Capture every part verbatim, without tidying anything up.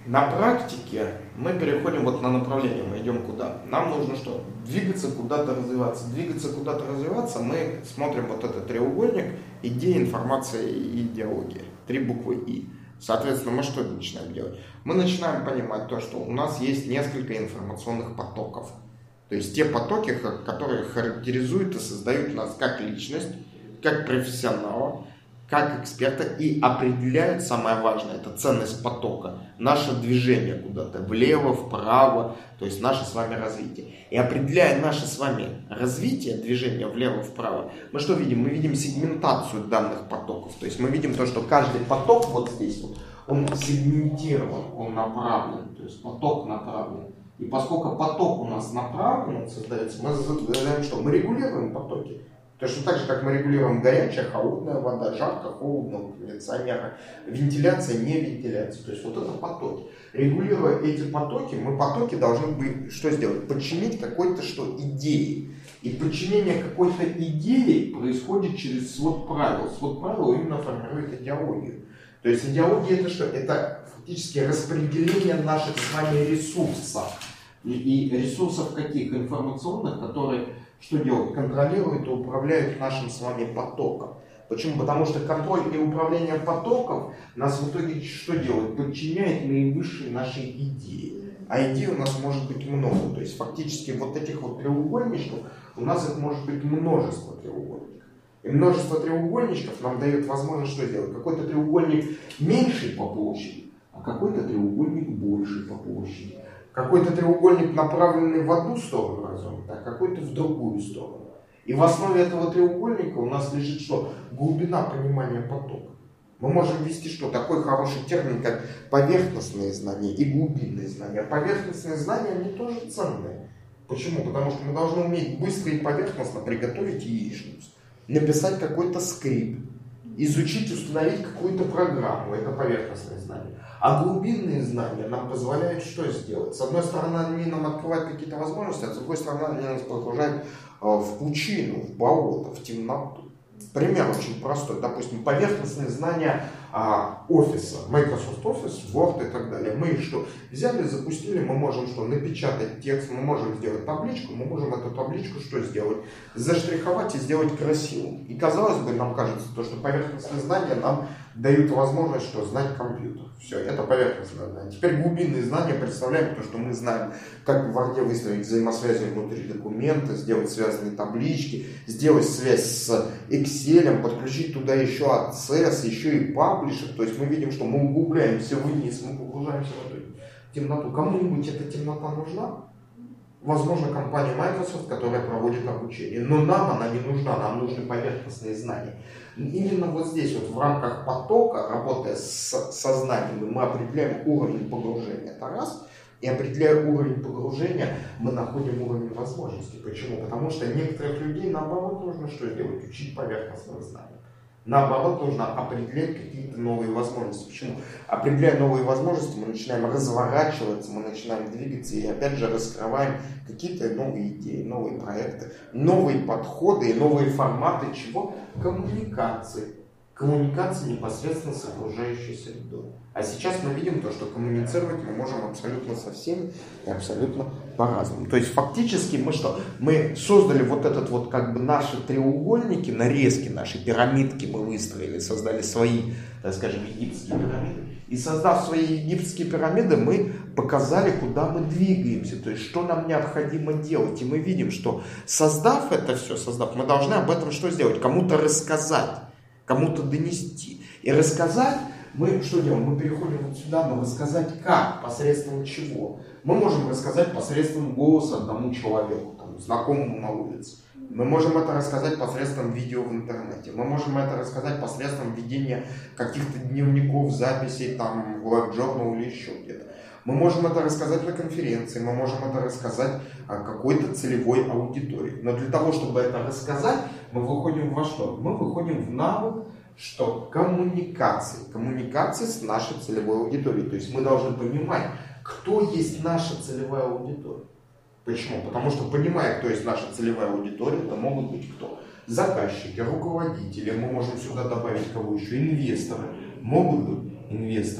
На практике мы переходим вот на направление, мы идем куда? Нам нужно что? Двигаться куда-то, развиваться. Двигаться куда-то, развиваться, мы смотрим вот этот треугольник: идея, информация и идеология. Три буквы И. Соответственно, мы что начинаем делать? Мы начинаем понимать то, что у нас есть несколько информационных потоков. То есть те потоки, которые характеризуют и создают нас как личность, как профессионала, как эксперта, и определяют, самое важное, это ценность потока, наше движение куда-то, влево, вправо, то есть наше с вами развитие. И определяя наше с вами развитие, движение влево, вправо, мы что видим? Мы видим сегментацию данных потоков. То есть мы видим то, что каждый поток вот здесь, вот, он сегментирован, он направлен, то есть поток направлен. И поскольку поток у нас направлен, создается, мы задаем что? Мы регулируем потоки. Точно так же, как мы регулируем горячая, холодная вода, жарко, холодно, кондиционера, вентиляция, не вентиляция. То есть вот это потоки. Регулируя эти потоки, мы потоки должны быть, что сделать? Подчинить какой-то что? Идее. И подчинение какой-то идеи происходит через свод правил. Свод правил именно формирует идеологию. То есть идеология это что? Это фактически распределение наших с вами ресурсов. И, и ресурсов каких? Информационных, которые что делают? Контролируют и управляют нашим с вами потоком. Почему? Потому что контроль и управление потоком нас в итоге что делает? Подчиняет наивысшей нашей идее. А идей у нас может быть много. То есть фактически вот этих вот треугольничков у нас их может быть множество треугольников. И множество треугольничков нам дает возможность что делать? Какой-то треугольник меньший по площади, а какой-то треугольник больший по площади. Какой-то треугольник направленный в одну сторону развернут, а какой-то в другую сторону. И в основе этого треугольника у нас лежит что? Глубина понимания потока. Мы можем ввести что? Такой хороший термин, как поверхностные знания и глубинные знания. Поверхностные знания, они тоже ценные. Почему? Потому что мы должны уметь быстро и поверхностно приготовить яичницу, написать какой-то скрипт, изучить, установить какую-то программу. Это поверхностные знания. А глубинные знания нам позволяют что сделать? С одной стороны, они нам открывают какие-то возможности, а с другой стороны, они нас погружают в пучину, в болото, в темноту. Пример очень простой. Допустим, поверхностные знания а, офиса, Microsoft Office, Word и так далее. Мы их что? Взяли, запустили, мы можем что? Напечатать текст, мы можем сделать табличку, мы можем эту табличку что сделать? Заштриховать и сделать красивым. И казалось бы, нам кажется, то, что поверхностные знания нам дают возможность что? Знать компьютер. Все, это поверхностные знания. Теперь глубинные знания представляем то, что мы знаем, как в Word выстроить взаимосвязи внутри документа, сделать связанные таблички, сделать связь с Excel, подключить туда еще Access, еще и паблишер. То есть мы видим, что мы углубляемся вниз, мы погружаемся в эту темноту. Кому-нибудь эта темнота нужна? Возможно, компания Microsoft, которая проводит обучение. Но нам она не нужна, нам нужны поверхностные знания. Именно вот здесь, вот в рамках потока, работая с сознанием, мы определяем уровень погружения. Это раз. И определяя уровень погружения, мы находим уровень возможностей. Почему? Потому что некоторых людей, наоборот, нужно что делать? Учить поверхностным знаниям. Наоборот, нужно определять какие-то новые возможности. Почему? Определяя новые возможности, мы начинаем разворачиваться, мы начинаем двигаться и опять же раскрываем какие-то новые идеи, новые проекты, новые подходы и новые форматы чего? Коммуникации. Коммуникации непосредственно с окружающей средой. А сейчас мы видим то, что коммуницировать мы можем абсолютно со всеми и абсолютно по-разному. То есть фактически мы что? Мы создали вот этот вот как бы наши треугольники, нарезки, наши пирамидки мы выстроили, создали свои, так скажем, египетские пирамиды. И создав свои египетские пирамиды, мы показали, куда мы двигаемся, то есть что нам необходимо делать. И мы видим, что создав это все, создав, мы должны об этом что сделать? Кому-то рассказать. Кому-то донести. И рассказать, мы что делаем? Мы переходим вот сюда, но рассказать как? Посредством чего? Мы можем рассказать посредством голоса одному человеку, там, знакомому на улице. Мы можем это рассказать посредством видео в интернете. Мы можем это рассказать посредством ведения каких-то дневников, записей, там, в Live Journal или еще где-то. Мы можем это рассказать на конференции, мы можем это рассказать какой-то целевой аудитории. Но для того, чтобы это рассказать, мы выходим во что? Мы выходим в навык, что коммуникации. Коммуникации с нашей целевой аудиторией. То есть мы должны понимать, кто есть наша целевая аудитория. Почему? Потому что понимая, кто есть наша целевая аудитория, это могут быть кто? Заказчики, руководители, мы можем сюда добавить кого еще? Инвесторы. Могут быть инвесторы.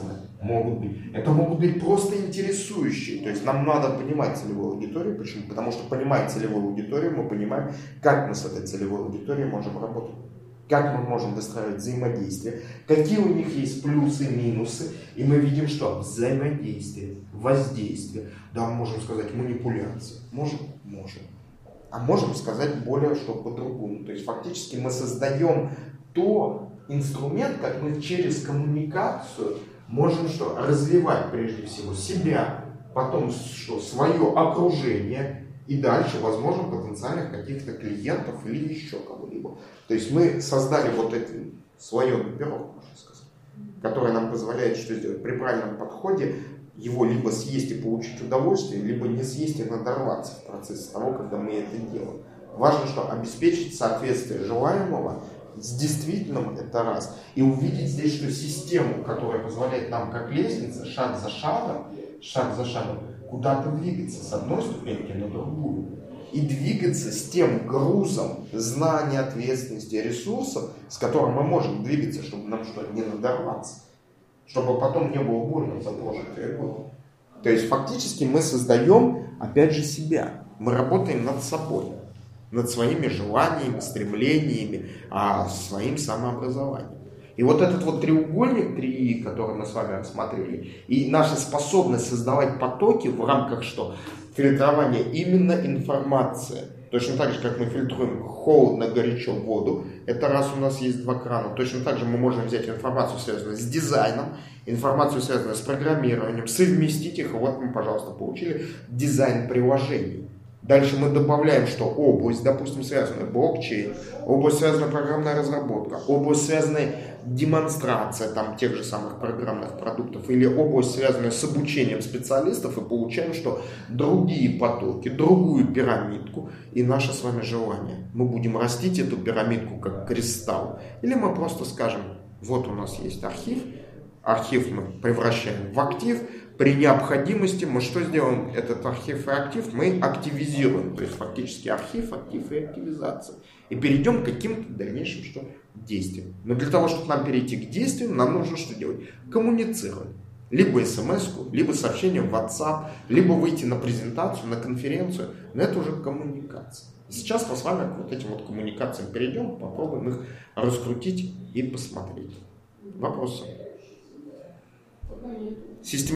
Могут быть. Это могут быть просто интересующие. То есть нам надо понимать целевую аудиторию. Почему? Потому что, понимая целевую аудиторию, мы понимаем, как мы с этой целевой аудиторией можем работать. Как мы можем выстраивать взаимодействие, какие у них есть плюсы и минусы. И мы видим, что взаимодействие, воздействие, да, мы можем сказать манипуляция. Можем? Можем. А можем сказать более что по-другому. То есть фактически мы создаем то инструмент, как мы через коммуникацию можем что? Развивать прежде всего себя, потом что? Свое окружение и дальше, возможно, потенциальных каких-то клиентов или еще кого-либо. То есть мы создали вот это свое перо, можно сказать, которое нам позволяет что сделать? При правильном подходе его либо съесть и получить удовольствие, либо не съесть и надорваться в процессе того, когда мы это делаем. Важно, что обеспечить соответствие желаемого с действительным, это раз. И увидеть здесь, что систему, которая позволяет нам как лестница, шаг за шагом, шаг за шагом, куда-то двигаться с одной ступеньки на другую. И двигаться с тем грузом знаний, ответственности, ресурсов, с которым мы можем двигаться, чтобы нам что, не надорваться. Чтобы потом не было больно за прожитые годы. То есть фактически мы создаем, опять же, себя. Мы работаем над собой. Над своими желаниями, стремлениями, а своим самообразованием. И вот этот вот треугольник, три, который мы с вами рассмотрели, и наша способность создавать потоки в рамках что? Фильтрования именно информации. Точно так же, как мы фильтруем холодно-горячо воду, это раз у нас есть два крана. Точно так же мы можем взять информацию, связанную с дизайном, информацию, связанную с программированием, совместить их, и вот мы, пожалуйста, получили дизайн приложений. Дальше мы добавляем, что область, допустим, связанная блокчейн, область связанная программная разработка, область связанная демонстрация там, тех же самых программных продуктов или область связанная с обучением специалистов, и получаем, что другие потоки, другую пирамидку и наше с вами желание. Мы будем растить эту пирамидку как кристалл, или мы просто скажем, вот у нас есть архив, архив мы превращаем в актив. При необходимости мы что сделаем? Этот архив и актив мы активизируем. То есть фактически архив, актив и активизация. И перейдем к каким-то дальнейшим что? Действиям. Но для того, чтобы нам перейти к действиям, нам нужно что делать? Коммуницировать. Либо смс-ку, либо сообщение в WhatsApp, либо выйти на презентацию, на конференцию. Но это уже коммуникация. И сейчас мы с вами к вот этим вот коммуникациям перейдем, попробуем их раскрутить и посмотреть. Вопросы? Система